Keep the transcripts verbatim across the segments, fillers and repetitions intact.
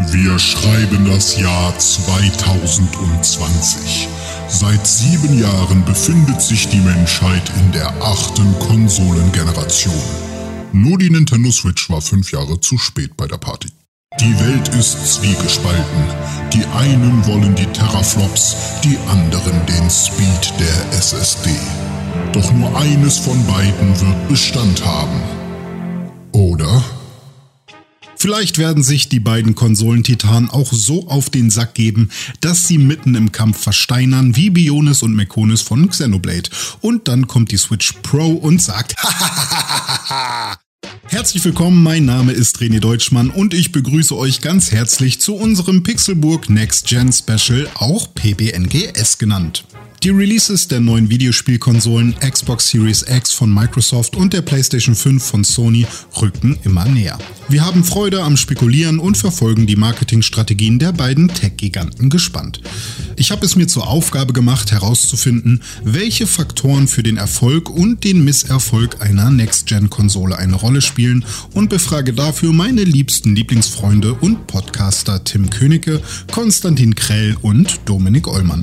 Wir schreiben das Jahr zweitausendzwanzig. Seit sieben Jahren befindet sich die Menschheit in der achten Konsolengeneration. Nur die Nintendo Switch war fünf Jahre zu spät bei der Party. Die Welt ist zwiegespalten. Die einen wollen die Teraflops, die anderen den Speed der S S D. Doch nur eines von beiden wird Bestand haben. Oder? Vielleicht werden sich die beiden Konsolentitanen auch so auf den Sack geben, dass sie mitten im Kampf versteinern wie Bionis und Mekonis von Xenoblade. Und dann kommt die Switch Pro und sagt Hahaha. Herzlich willkommen, mein Name ist René Deutschmann und ich begrüße euch ganz herzlich zu unserem Pixelburg Next Gen Special, auch P B N G S genannt. Die Releases der neuen Videospielkonsolen Xbox Series X von Microsoft und der PlayStation fünf von Sony rücken immer näher. Wir haben Freude am Spekulieren und verfolgen die Marketingstrategien der beiden Tech-Giganten gespannt. Ich habe es mir zur Aufgabe gemacht, herauszufinden, welche Faktoren für den Erfolg und den Misserfolg einer Next-Gen-Konsole eine Rolle spielen und befrage dafür meine liebsten Lieblingsfreunde und Podcaster Tim Königke, Konstantin Krell und Dominik Ollmann.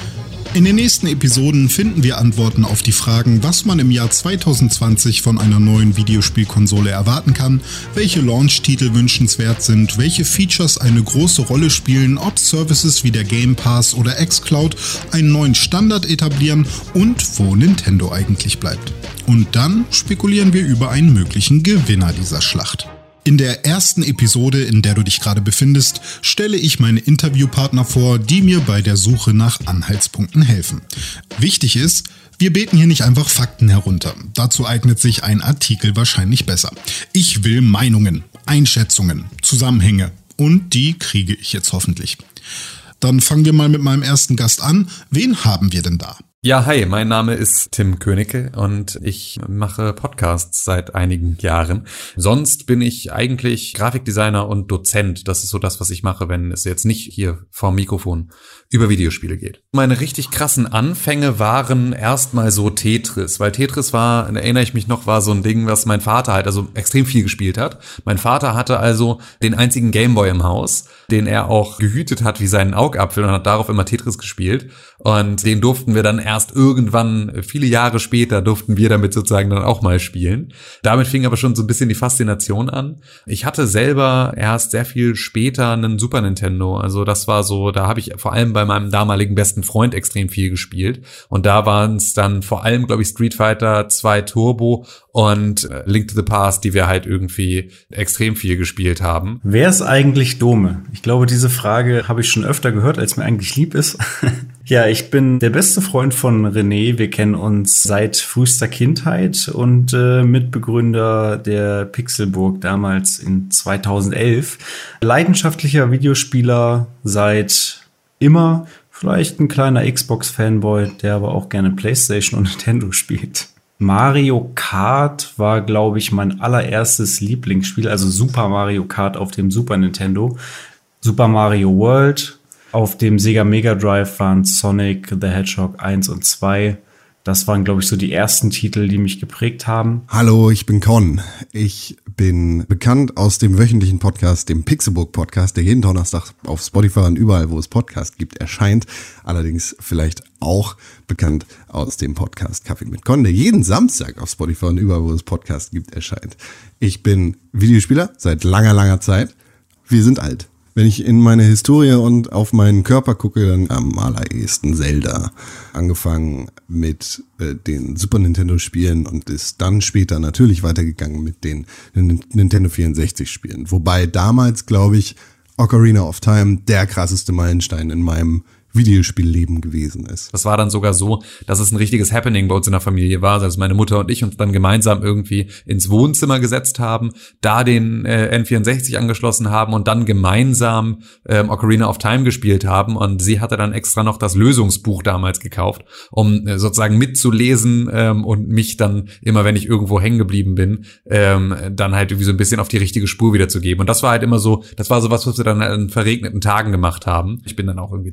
In den nächsten Episoden finden wir Antworten auf die Fragen, was man im Jahr zweitausendzwanzig von einer neuen Videospielkonsole erwarten kann, welche Launch-Titel wünschenswert sind, welche Features eine große Rolle spielen, ob Services wie der Game Pass oder xCloud einen neuen Standard etablieren und wo Nintendo eigentlich bleibt. Und dann spekulieren wir über einen möglichen Gewinner dieser Schlacht. In der ersten Episode, in der du dich gerade befindest, stelle ich meine Interviewpartner vor, die mir bei der Suche nach Anhaltspunkten helfen. Wichtig ist, wir beten hier nicht einfach Fakten herunter. Dazu eignet sich ein Artikel wahrscheinlich besser. Ich will Meinungen, Einschätzungen, Zusammenhänge und die kriege ich jetzt hoffentlich. Dann fangen wir mal mit meinem ersten Gast an. Wen haben wir denn da? Ja, hi, mein Name ist Tim Königke und ich mache Podcasts seit einigen Jahren. Sonst bin ich eigentlich Grafikdesigner und Dozent. Das ist so das, was ich mache, wenn es jetzt nicht hier vorm Mikrofon über Videospiele geht. Meine richtig krassen Anfänge waren erstmal so Tetris, weil Tetris war, da erinnere ich mich noch, war so ein Ding, was mein Vater halt also extrem viel gespielt hat. Mein Vater hatte also den einzigen Gameboy im Haus, den er auch gehütet hat wie seinen Augapfel und hat darauf immer Tetris gespielt. Und den durften wir dann erst irgendwann, viele Jahre später, durften wir damit sozusagen dann auch mal spielen. Damit fing aber schon so ein bisschen die Faszination an. Ich hatte selber erst sehr viel später einen Super Nintendo. Also das war so, da habe ich vor allem bei meinem damaligen besten Freund extrem viel gespielt. Und da waren es dann vor allem, glaube ich, Street Fighter zwei Turbo und Link to the Past, die wir halt irgendwie extrem viel gespielt haben. Wer ist eigentlich Dome? Ich glaube, diese Frage habe ich schon öfter gehört, als mir eigentlich lieb ist. Ja, ich bin der beste Freund von René. Wir kennen uns seit frühester Kindheit und äh, Mitbegründer der Pixelburg damals in zweitausendelf. Leidenschaftlicher Videospieler seit immer. Vielleicht ein kleiner Xbox-Fanboy, der aber auch gerne PlayStation und Nintendo spielt. Mario Kart war, glaube ich, mein allererstes Lieblingsspiel, also Super Mario Kart auf dem Super Nintendo. Super Mario World. Auf dem Sega Mega Drive waren Sonic the Hedgehog eins und zwei. Das waren, glaube ich, so die ersten Titel, die mich geprägt haben. Hallo, ich bin Con. Ich bin bekannt aus dem wöchentlichen Podcast, dem Pixelburg Podcast, der jeden Donnerstag auf Spotify und überall, wo es Podcasts gibt, erscheint. Allerdings vielleicht auch bekannt aus dem Podcast Kaffee mit Con, der jeden Samstag auf Spotify und überall, wo es Podcasts gibt, erscheint. Ich bin Videospieler seit langer, langer Zeit. Wir sind alt. Wenn ich in meine Historie und auf meinen Körper gucke, dann am allerersten Zelda. Angefangen mit äh, den Super Nintendo Spielen und ist dann später natürlich weitergegangen mit den Nintendo vierundsechzig Spielen. Wobei damals, glaube ich, Ocarina of Time der krasseste Meilenstein in meinem Videospielleben gewesen ist. Das war dann sogar so, dass es ein richtiges Happening bei uns in der Familie war, also meine Mutter und ich uns dann gemeinsam irgendwie ins Wohnzimmer gesetzt haben, da den äh, N vierundsechzig angeschlossen haben und dann gemeinsam ähm, Ocarina of Time gespielt haben und sie hatte dann extra noch das Lösungsbuch damals gekauft, um äh, sozusagen mitzulesen ähm, und mich dann immer, wenn ich irgendwo hängen geblieben bin, ähm, dann halt irgendwie so ein bisschen auf die richtige Spur wiederzugeben. Und das war halt immer so, das war so was, was wir dann an verregneten Tagen gemacht haben. Ich bin dann auch irgendwie zu Fasching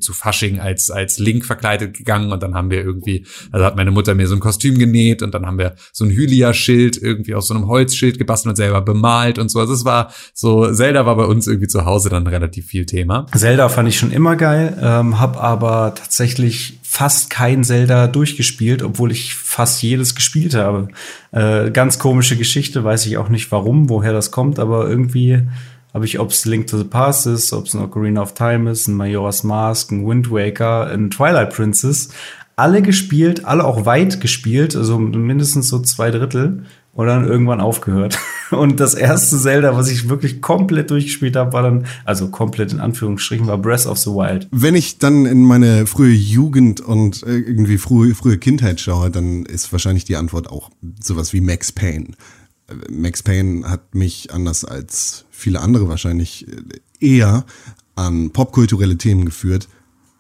Fasching als als Link verkleidet gegangen und dann haben wir irgendwie, also hat meine Mutter mir so ein Kostüm genäht und dann haben wir so ein Hylia-Schild irgendwie aus so einem Holzschild gebastelt und selber bemalt und so. Also es war so, Zelda war bei uns irgendwie zu Hause dann relativ viel Thema. Zelda fand ich schon immer geil, ähm, hab aber tatsächlich fast kein Zelda durchgespielt, obwohl ich fast jedes gespielt habe. Äh, ganz komische Geschichte, weiß ich auch nicht warum, woher das kommt, aber irgendwie habe ich, ob es Link to the Past ist, ob es ein Ocarina of Time ist, ein Majora's Mask, ein Wind Waker, ein Twilight Princess, alle gespielt, alle auch weit gespielt, also mindestens so zwei Drittel und dann irgendwann aufgehört. Und das erste Zelda, was ich wirklich komplett durchgespielt habe, war dann, also komplett in Anführungsstrichen, war Breath of the Wild. Wenn ich dann in meine frühe Jugend und irgendwie frühe, frühe Kindheit schaue, dann ist wahrscheinlich die Antwort auch sowas wie Max Payne. Max Payne hat mich anders als viele andere wahrscheinlich eher an popkulturelle Themen geführt,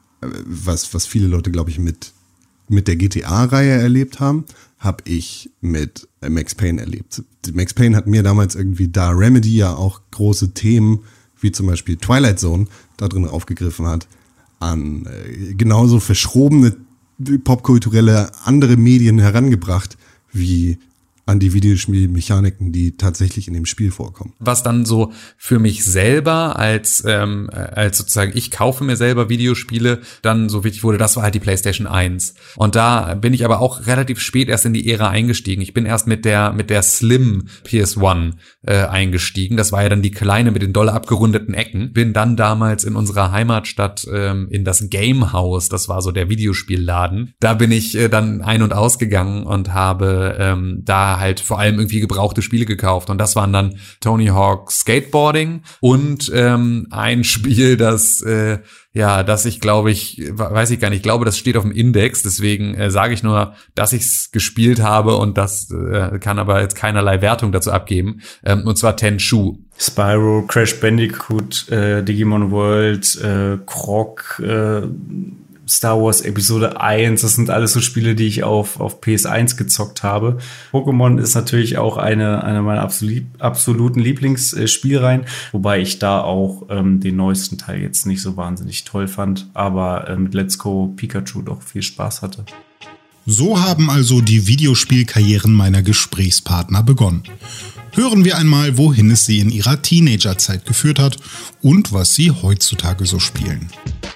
was, was viele Leute, glaube ich, mit mit der G T A-Reihe erlebt haben, habe ich mit Max Payne erlebt. Max Payne hat mir damals irgendwie, da Remedy ja auch große Themen, wie zum Beispiel Twilight Zone, da drin aufgegriffen hat, an äh, genauso verschrobene popkulturelle andere Medien herangebracht, wie an die Videospielmechaniken, die tatsächlich in dem Spiel vorkommen. Was dann so für mich selber als ähm, als sozusagen, ich kaufe mir selber Videospiele, dann so wichtig wurde, das war halt die PlayStation eins. Und da bin ich aber auch relativ spät erst in die Ära eingestiegen. Ich bin erst mit der mit der Slim P S eins äh, eingestiegen. Das war ja dann die kleine mit den doll abgerundeten Ecken. Bin dann damals in unserer Heimatstadt ähm, in das Game House, das war so der Videospielladen. Da bin ich äh, dann ein- und ausgegangen und habe ähm, da halt vor allem irgendwie gebrauchte Spiele gekauft und das waren dann Tony Hawk Skateboarding und ähm, ein Spiel, das äh, ja, das ich glaube ich, weiß ich gar nicht, ich glaube, das steht auf dem Index, deswegen äh, sage ich nur, dass ich es gespielt habe und das äh, kann aber jetzt keinerlei Wertung dazu abgeben, ähm, und zwar Tenchu. Spyro, Crash Bandicoot, äh, Digimon World, äh, Croc, äh, Star Wars Episode eins, das sind alles so Spiele, die ich auf, auf P S eins gezockt habe. Pokémon ist natürlich auch eine, eine meiner absolut, absoluten Lieblingsspielreihen, wobei ich da auch ähm, den neuesten Teil jetzt nicht so wahnsinnig toll fand, aber äh, mit Let's Go Pikachu doch viel Spaß hatte. So haben also die Videospielkarrieren meiner Gesprächspartner begonnen. Hören wir einmal, wohin es sie in ihrer Teenagerzeit geführt hat und was sie heutzutage so spielen.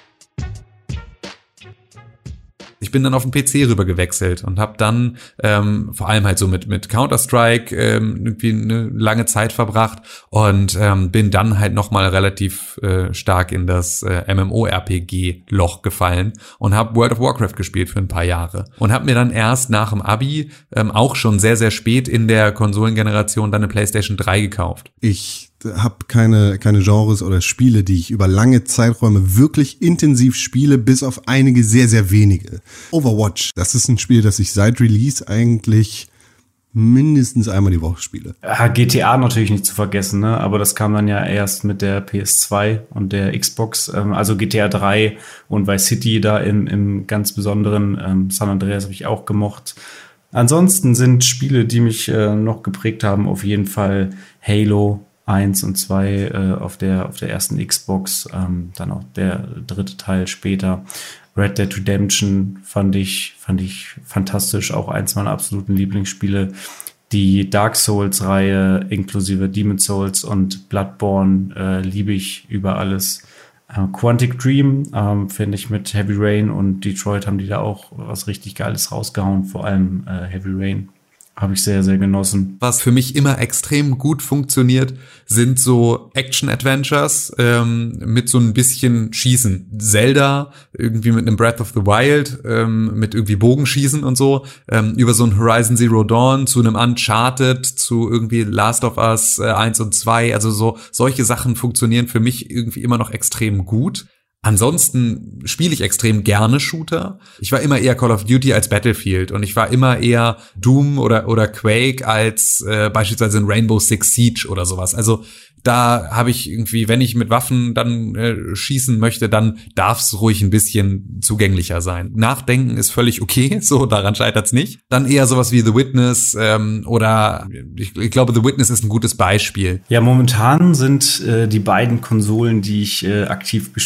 Ich bin dann auf den P C rüber gewechselt und habe dann ähm, vor allem halt so mit mit Counter-Strike ähm, irgendwie eine lange Zeit verbracht und ähm, bin dann halt nochmal relativ äh, stark in das äh, MMORPG-Loch gefallen und habe World of Warcraft gespielt für ein paar Jahre und habe mir dann erst nach dem Abi ähm, auch schon sehr, sehr spät in der Konsolengeneration dann eine PlayStation drei gekauft. Ich habe keine keine Genres oder Spiele, die ich über lange Zeiträume wirklich intensiv spiele, bis auf einige sehr, sehr wenige. Overwatch, das ist ein Spiel, das ich seit Release eigentlich mindestens einmal die Woche spiele. Ja, G T A natürlich nicht zu vergessen, ne? Aber das kam dann ja erst mit der P S zwei und der Xbox. Ähm, also G T A drei und Vice City da im, im ganz besonderen. Ähm, San Andreas habe ich auch gemocht. Ansonsten sind Spiele, die mich äh, noch geprägt haben, auf jeden Fall Halo eins und zwei äh, auf der auf der ersten Xbox, ähm, dann auch der dritte Teil später. Red Dead Redemption fand ich fand ich fantastisch, auch eins meiner absoluten Lieblingsspiele. Die Dark Souls-Reihe inklusive Demon's Souls und Bloodborne äh, liebe ich über alles. Äh, Quantic Dream ähm, finde ich mit Heavy Rain und Detroit haben die da auch was richtig Geiles rausgehauen, vor allem äh, Heavy Rain. Habe ich sehr, sehr genossen. Was für mich immer extrem gut funktioniert, sind so Action-Adventures ähm, mit so ein bisschen Schießen. Zelda, irgendwie mit einem Breath of the Wild, ähm, mit irgendwie Bogenschießen und so, ähm, über so ein Horizon Zero Dawn zu einem Uncharted, zu irgendwie Last of Us äh, eins und zwei. Also so solche Sachen funktionieren für mich irgendwie immer noch extrem gut. Ansonsten spiele ich extrem gerne Shooter. Ich war immer eher Call of Duty als Battlefield und ich war immer eher Doom oder oder Quake als äh, beispielsweise in Rainbow Six Siege oder sowas. Also da habe ich irgendwie, wenn ich mit Waffen dann äh, schießen möchte, dann darf es ruhig ein bisschen zugänglicher sein. Nachdenken ist völlig okay, so daran scheitert's nicht. Dann eher sowas wie The Witness ähm, oder ich, ich glaube, The Witness ist ein gutes Beispiel. Ja, momentan sind äh, die beiden Konsolen, die ich äh, aktiv bespiele, die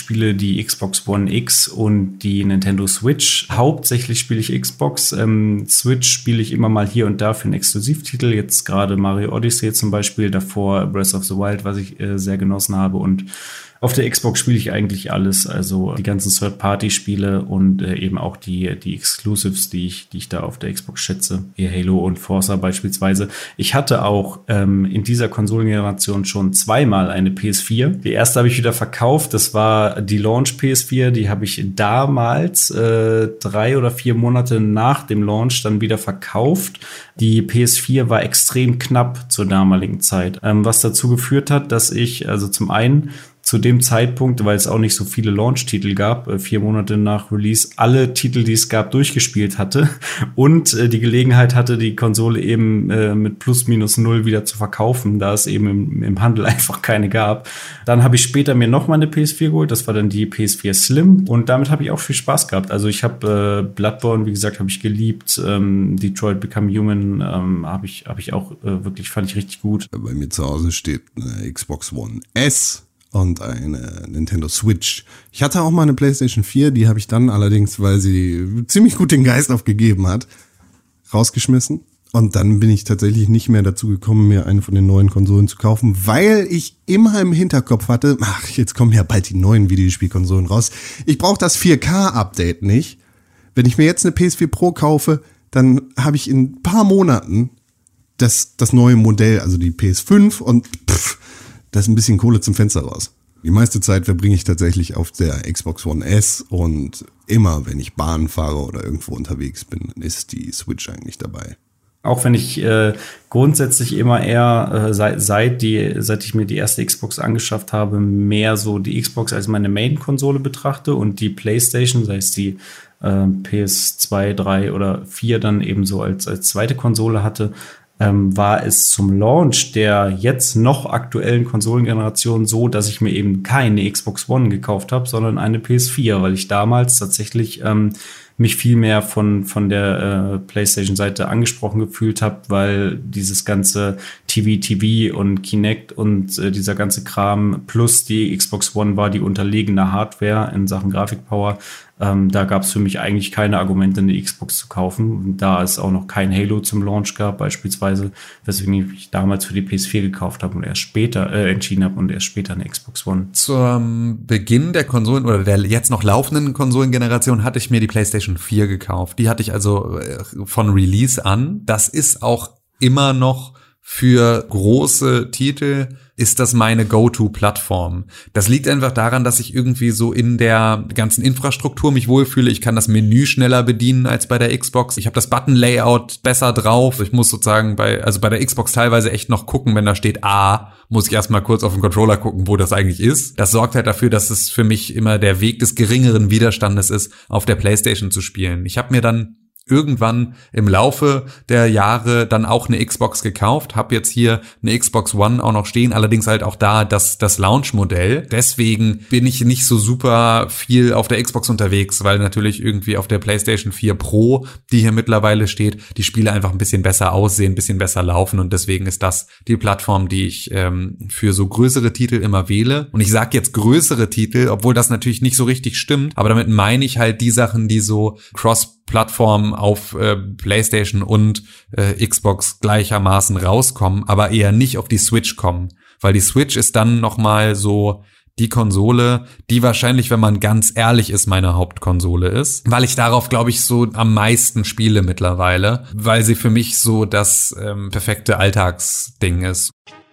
die Xbox One X und die Nintendo Switch. Hauptsächlich spiele ich Xbox. Ähm, Switch spiele ich immer mal hier und da für einen Exklusivtitel. Jetzt gerade Mario Odyssey zum Beispiel, davor Breath of the Wild, was ich äh, sehr genossen habe. Und auf der Xbox spiele ich eigentlich alles, also die ganzen Third-Party-Spiele und äh, eben auch die die Exclusives, die ich die ich da auf der Xbox schätze, wie Halo und Forza beispielsweise. Ich hatte auch ähm, in dieser Konsolengeneration schon zweimal eine P S vier. Die erste habe ich wieder verkauft, das war die Launch P S vier, die habe ich damals äh, drei oder vier Monate nach dem Launch dann wieder verkauft. Die P S vier war extrem knapp zur damaligen Zeit, ähm, was dazu geführt hat, dass ich also zum einen zu dem Zeitpunkt, weil es auch nicht so viele Launch-Titel gab, äh, vier Monate nach Release, alle Titel, die es gab, durchgespielt hatte und äh, die Gelegenheit hatte, die Konsole eben äh, mit plus minus null wieder zu verkaufen, da es eben im, im Handel einfach keine gab. Dann habe ich später mir noch mal eine P S vier geholt, das war dann die P S vier Slim und damit habe ich auch viel Spaß gehabt. Also ich habe äh, Bloodborne, wie gesagt, habe ich geliebt, ähm, Detroit Become Human ähm, habe ich, hab ich auch äh, wirklich, fand ich richtig gut. Bei mir zu Hause steht eine Xbox One S und eine Nintendo Switch. Ich hatte auch mal eine PlayStation vier, die habe ich dann allerdings, weil sie ziemlich gut den Geist aufgegeben hat, rausgeschmissen. Und dann bin ich tatsächlich nicht mehr dazu gekommen, mir eine von den neuen Konsolen zu kaufen, weil ich immer im Hinterkopf hatte, ach, jetzt kommen ja bald die neuen Videospielkonsolen raus. Ich brauche das vier K-Update nicht. Wenn ich mir jetzt eine P S vier Pro kaufe, dann habe ich in ein paar Monaten das, das neue Modell, also die P S fünf und pff, da ist ein bisschen Kohle zum Fenster raus. Die meiste Zeit verbringe ich tatsächlich auf der Xbox One S und immer, wenn ich Bahn fahre oder irgendwo unterwegs bin, ist die Switch eigentlich dabei. Auch wenn ich äh, grundsätzlich immer eher, äh, seit, seit, die, seit ich mir die erste Xbox angeschafft habe, mehr so die Xbox als meine Main-Konsole betrachte und die PlayStation, sei es die äh, P S zwei, drei oder vier dann eben so als, als zweite Konsole hatte, Ähm, war es zum Launch der jetzt noch aktuellen Konsolengeneration so, dass ich mir eben keine Xbox One gekauft habe, sondern eine P S vier, weil ich damals tatsächlich ähm, mich viel mehr von von der äh, PlayStation-Seite angesprochen gefühlt habe, weil dieses ganze T V T V und Kinect und äh, dieser ganze Kram plus die Xbox One war die unterlegene Hardware in Sachen Grafikpower. Ähm, da gab es für mich eigentlich keine Argumente, eine Xbox zu kaufen, da es auch noch kein Halo zum Launch gab beispielsweise, weswegen ich mich damals für die P S vier gekauft habe und erst später äh, entschieden habe und erst später eine Xbox One. Zum Beginn der Konsolen oder der jetzt noch laufenden Konsolengeneration hatte ich mir die PlayStation vier gekauft. Die hatte ich also von Release an. Das ist auch immer noch für große Titel ist das meine Go-To-Plattform. Das liegt einfach daran, dass ich irgendwie so in der ganzen Infrastruktur mich wohlfühle. Ich kann das Menü schneller bedienen als bei der Xbox. Ich habe das Button-Layout besser drauf. Ich muss sozusagen bei, also bei der Xbox teilweise echt noch gucken, wenn da steht A, muss ich erstmal kurz auf den Controller gucken, wo das eigentlich ist. Das sorgt halt dafür, dass es für mich immer der Weg des geringeren Widerstandes ist, auf der PlayStation zu spielen. Ich habe mir dann irgendwann im Laufe der Jahre dann auch eine Xbox gekauft, habe jetzt hier eine Xbox One auch noch stehen, allerdings halt auch da das das Launch-Modell. Deswegen bin ich nicht so super viel auf der Xbox unterwegs, weil natürlich irgendwie auf der PlayStation vier Pro, die hier mittlerweile steht, die Spiele einfach ein bisschen besser aussehen, ein bisschen besser laufen und deswegen ist das die Plattform, die ich ähm, für so größere Titel immer wähle. Und ich sage jetzt größere Titel, obwohl das natürlich nicht so richtig stimmt, aber damit meine ich halt die Sachen, die so Cross-Plattform auf äh, PlayStation und äh, Xbox gleichermaßen rauskommen, aber eher nicht auf die Switch kommen, weil die Switch ist dann nochmal so die Konsole, die wahrscheinlich, wenn man ganz ehrlich ist, meine Hauptkonsole ist, weil ich darauf, glaube ich, so am meisten spiele mittlerweile, weil sie für mich so das ähm, perfekte Alltagsding ist.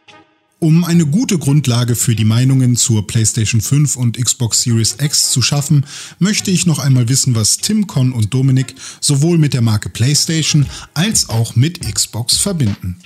Um eine gute Grundlage für die Meinungen zur PlayStation fünf und Xbox Series X zu schaffen, möchte ich noch einmal wissen, was Tim, Con und Dominik sowohl mit der Marke PlayStation als auch mit Xbox verbinden.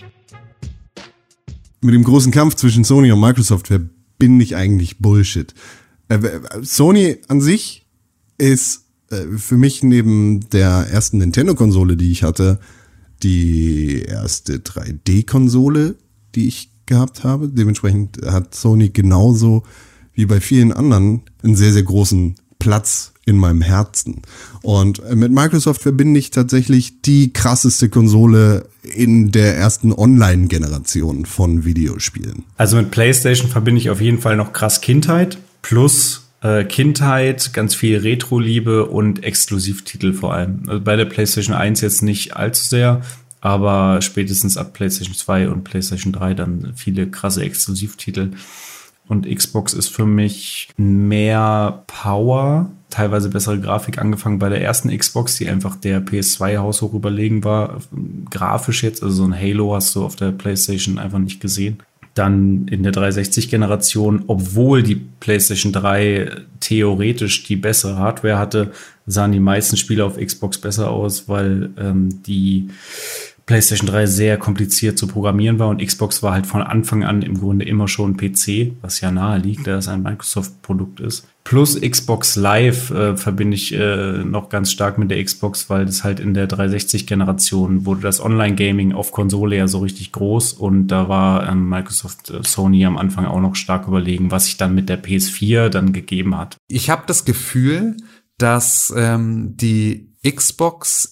Mit dem großen Kampf zwischen Sony und Microsoft verbinde ich eigentlich Bullshit. Äh, Sony an sich ist äh, für mich neben der ersten Nintendo-Konsole, die ich hatte, die erste drei D-Konsole, die ich gehabt habe. Dementsprechend hat Sony genauso wie bei vielen anderen einen sehr, sehr großen Platz in meinem Herzen. Und mit Microsoft verbinde ich tatsächlich die krasseste Konsole in der ersten Online-Generation von Videospielen. Also mit PlayStation verbinde ich auf jeden Fall noch krass Kindheit plus Äh, Kindheit, ganz viel Retro-Liebe und Exklusivtitel vor allem. Also bei der PlayStation eins jetzt nicht allzu sehr, aber spätestens ab PlayStation zwei und PlayStation drei dann viele krasse Exklusivtitel. Und Xbox ist für mich mehr Power, teilweise bessere Grafik, angefangen bei der ersten Xbox, die einfach der P S zwei haushoch überlegen war. Grafisch jetzt, also so ein Halo hast du auf der PlayStation einfach nicht gesehen. Dann in der dreihundertsechzig-Generation, obwohl die PlayStation drei theoretisch die bessere Hardware hatte, sahen die meisten Spiele auf Xbox besser aus, weil ähm, die PlayStation drei sehr kompliziert zu programmieren war und Xbox war halt von Anfang an im Grunde immer schon P C, was ja nahe liegt, da es ein Microsoft-Produkt ist. Plus Xbox Live äh, verbinde ich äh, noch ganz stark mit der Xbox, weil das halt in der dreihundertsechzig-Generation wurde das Online-Gaming auf Konsole ja so richtig groß und da war ähm, Microsoft äh, Sony am Anfang auch noch stark überlegen, was sich dann mit der P S vier dann gegeben hat. Ich habe das Gefühl, dass ähm, die Xbox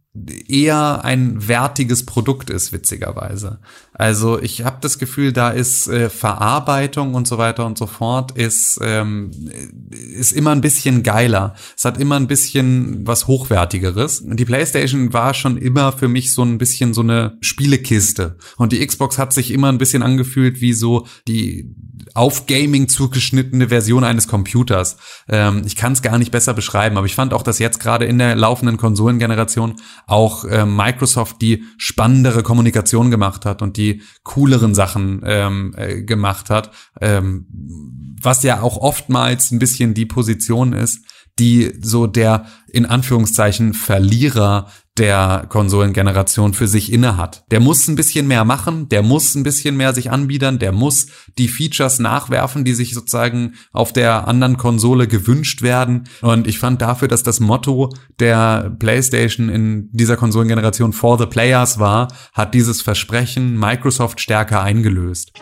eher ein wertiges Produkt ist, witzigerweise. Also ich habe das Gefühl, da ist äh, Verarbeitung und so weiter und so fort ist ähm, ist immer ein bisschen geiler. Es hat immer ein bisschen was Hochwertigeres. Die PlayStation war schon immer für mich so ein bisschen so eine Spielekiste und die Xbox hat sich immer ein bisschen angefühlt wie so die auf Gaming zugeschnittene Version eines Computers. Ähm, ich kann es gar nicht besser beschreiben, aber ich fand auch, dass jetzt gerade in der laufenden Konsolengeneration auch äh, Microsoft die spannendere Kommunikation gemacht hat und die cooleren Sachen ähm, äh, gemacht hat, ähm, was ja auch oftmals ein bisschen die Position ist, die so der in Anführungszeichen Verlierer der Konsolengeneration für sich inne hat. Der muss ein bisschen mehr machen, der muss ein bisschen mehr sich anbiedern, der muss die Features nachwerfen, die sich sozusagen auf der anderen Konsole gewünscht werden. Und ich fand dafür, dass das Motto der PlayStation in dieser Konsolengeneration For the Players war, hat dieses Versprechen Microsoft stärker eingelöst.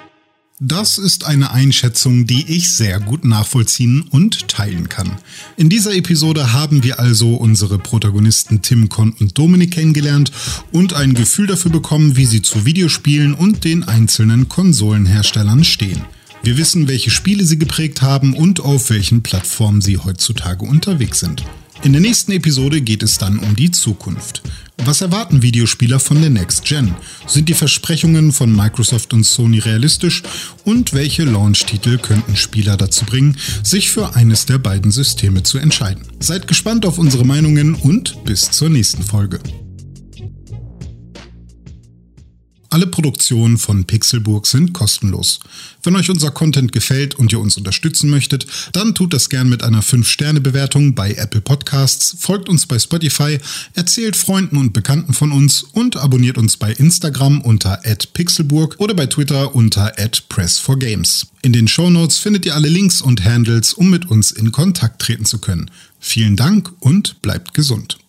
Das ist eine Einschätzung, die ich sehr gut nachvollziehen und teilen kann. In dieser Episode haben wir also unsere Protagonisten Tim, Con und Dominik kennengelernt und ein Gefühl dafür bekommen, wie sie zu Videospielen und den einzelnen Konsolenherstellern stehen. Wir wissen, welche Spiele sie geprägt haben und auf welchen Plattformen sie heutzutage unterwegs sind. In der nächsten Episode geht es dann um die Zukunft. Was erwarten Videospieler von der Next Gen? Sind die Versprechungen von Microsoft und Sony realistisch? Und welche Launch-Titel könnten Spieler dazu bringen, sich für eines der beiden Systeme zu entscheiden? Seid gespannt auf unsere Meinungen und bis zur nächsten Folge. Alle Produktionen von Pixelburg sind kostenlos. Wenn euch unser Content gefällt und ihr uns unterstützen möchtet, dann tut das gern mit einer fünf Sterne Bewertung bei Apple Podcasts, folgt uns bei Spotify, erzählt Freunden und Bekannten von uns und abonniert uns bei Instagram unter at pixelburg oder bei Twitter unter at press for games. In den Shownotes findet ihr alle Links und Handles, um mit uns in Kontakt treten zu können. Vielen Dank und bleibt gesund.